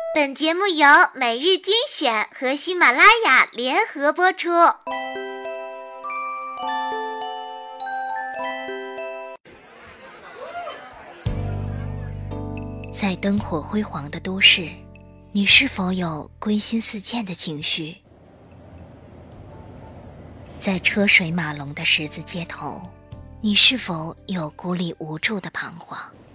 本节目由每日精选和喜马拉雅联合播出。 在灯火辉煌的都市，你是否有归心似箭的情绪？在车水马龙的十字街头，你是否有孤立无助的彷徨？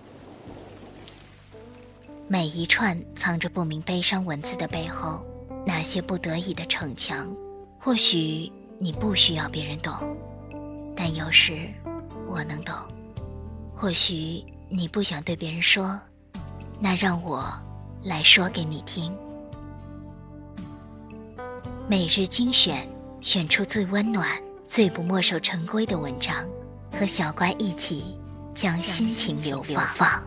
每一串藏着不明悲伤文字的背后，那些不得已的逞强，或许你不需要别人懂，但有时我能懂。或许你不想对别人说，那让我来说给你听。每日精选，选出最温暖、最不墨守成规的文章，和小乖一起将心情流放。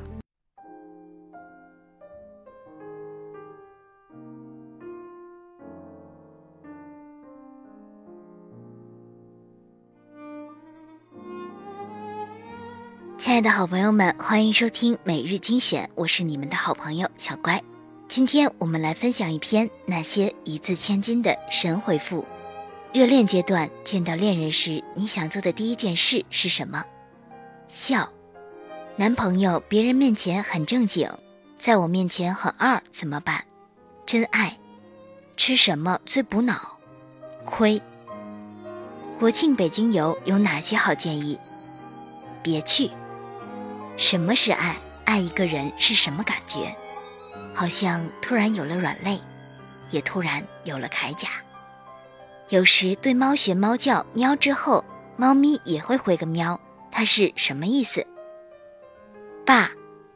亲爱的好朋友们，欢迎收听每日精选，我是你们的好朋友小乖。今天我们来分享一篇那些一字千金的神回复。热恋阶段见到恋人时，你想做的第一件事是什么？笑。男朋友别人面前很正经，在我面前很二，怎么办？真爱。吃什么最补脑？亏。国庆北京游有哪些好建议？别去。什么是爱？爱一个人是什么感觉？好像突然有了软肋，也突然有了铠甲。有时对猫学猫叫，喵之后猫咪也会回个喵，它是什么意思？爸，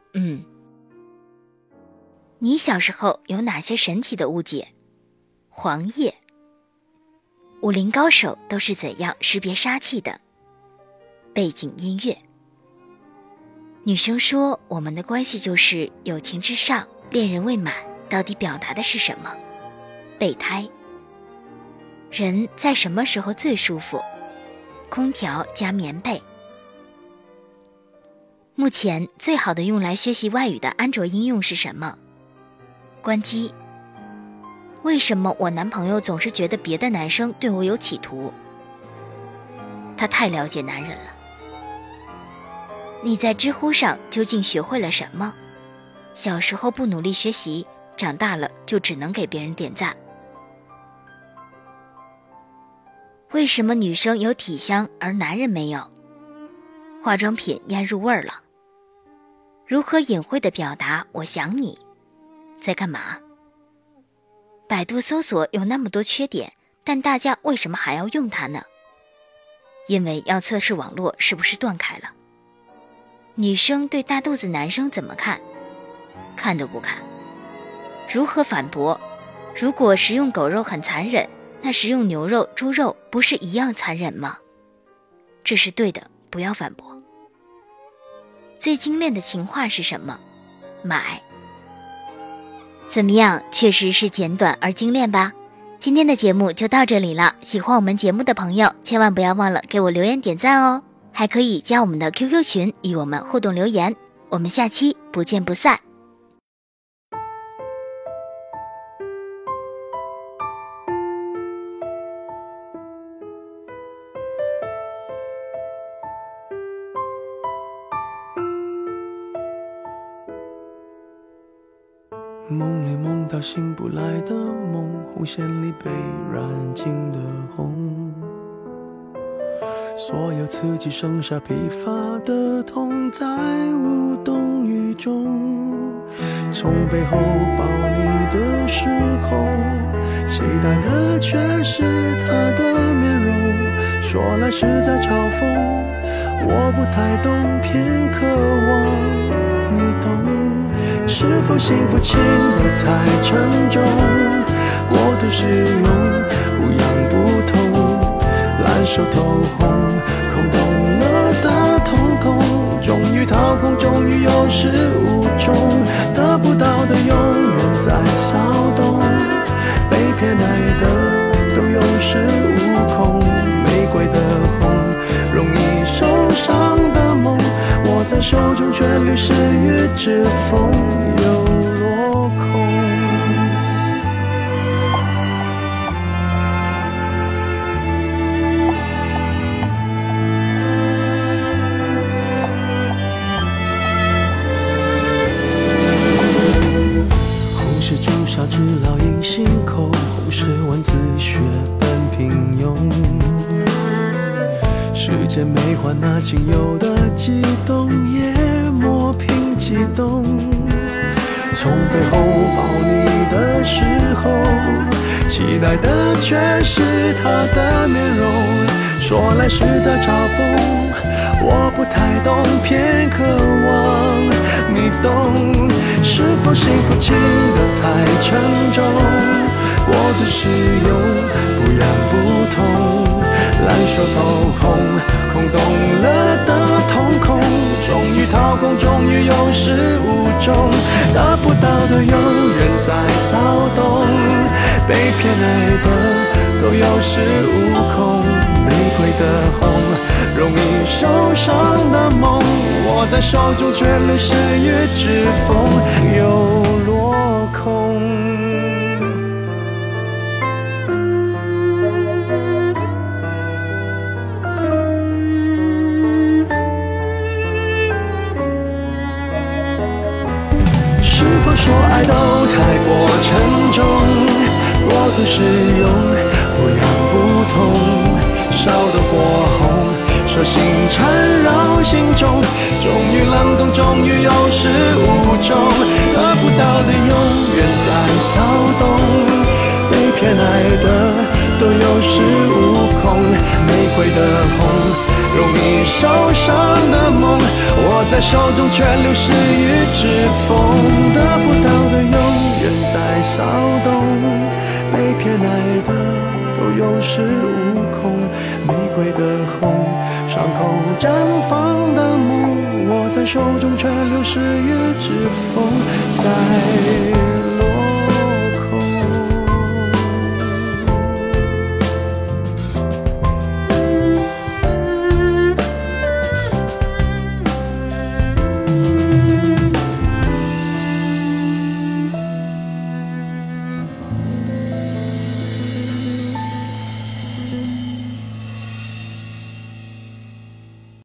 你小时候有哪些神奇的误解？黄叶。武林高手都是怎样识别杀气的？背景音乐。女生说我们的关系就是友情至上，恋人未满，到底表达的是什么？备胎。人在什么时候最舒服？空调加棉被。目前最好的用来学习外语的安卓应用是什么？关机。为什么我男朋友总是觉得别的男生对我有企图？他太了解男人了。你在知乎上究竟学会了什么？小时候不努力学习，长大了就只能给别人点赞。为什么女生有体香而男人没有？化妆品腌入味儿了。如何隐晦地表达我想你？在干嘛？百度搜索有那么多缺点，但大家为什么还要用它呢？因为要测试网络是不是断开了。女生对大肚子男生怎么看？看都不看。如何反驳？如果食用狗肉很残忍，那食用牛肉、猪肉不是一样残忍吗？这是对的，不要反驳。最精炼的情话是什么？买。怎么样，确实是简短而精炼吧？今天的节目就到这里了，喜欢我们节目的朋友千万不要忘了给我留言点赞哦，还可以加我们的 QQ 群与我们互动留言，我们下期不见不散。 梦里梦到醒不来的梦，红线里被染尽的红，所有刺激剩下疲乏的痛，在无动于衷。从背后抱你的时候，期待的却是他的面容，说来是在嘲讽，我不太懂，偏渴望你懂。是否幸福轻得太沉重，过度使用不痒不痛，烂熟透红，空洞了的瞳孔，终于掏空，终于有始无终，得不到的永远在骚动，被偏爱的都有恃无恐，玫瑰的红，容易受伤的梦，握在手中却流失于指缝，又落空。 欢那仅有的悸动，也磨平激动。从背后抱你的时候，期待的却是他的面容。说来是在嘲讽，我不太懂，偏渴望你懂。是否幸福轻得太沉重，过度使用不痒不痛，烂熟透空，空洞了的瞳孔。终于掏空，终于有始无终，得不到的永远在骚动，被偏爱的都有恃无恐。玫瑰的红，容易受伤的梦，握在手中却流失于指缝，又落空。是否说爱都太过沉重，过度使用不痒不痛，烧得火红，手心缠绕心中，终于冷冻，终于有始无终，得不到的永远在骚动，被偏爱的都有恃无恐。玫瑰的红，容易受伤的梦，握在手中却流失于指缝，得不到的永远在骚动，被偏爱的都有恃无恐。玫瑰的红，伤口绽放的梦，握在手中却流失于指缝，在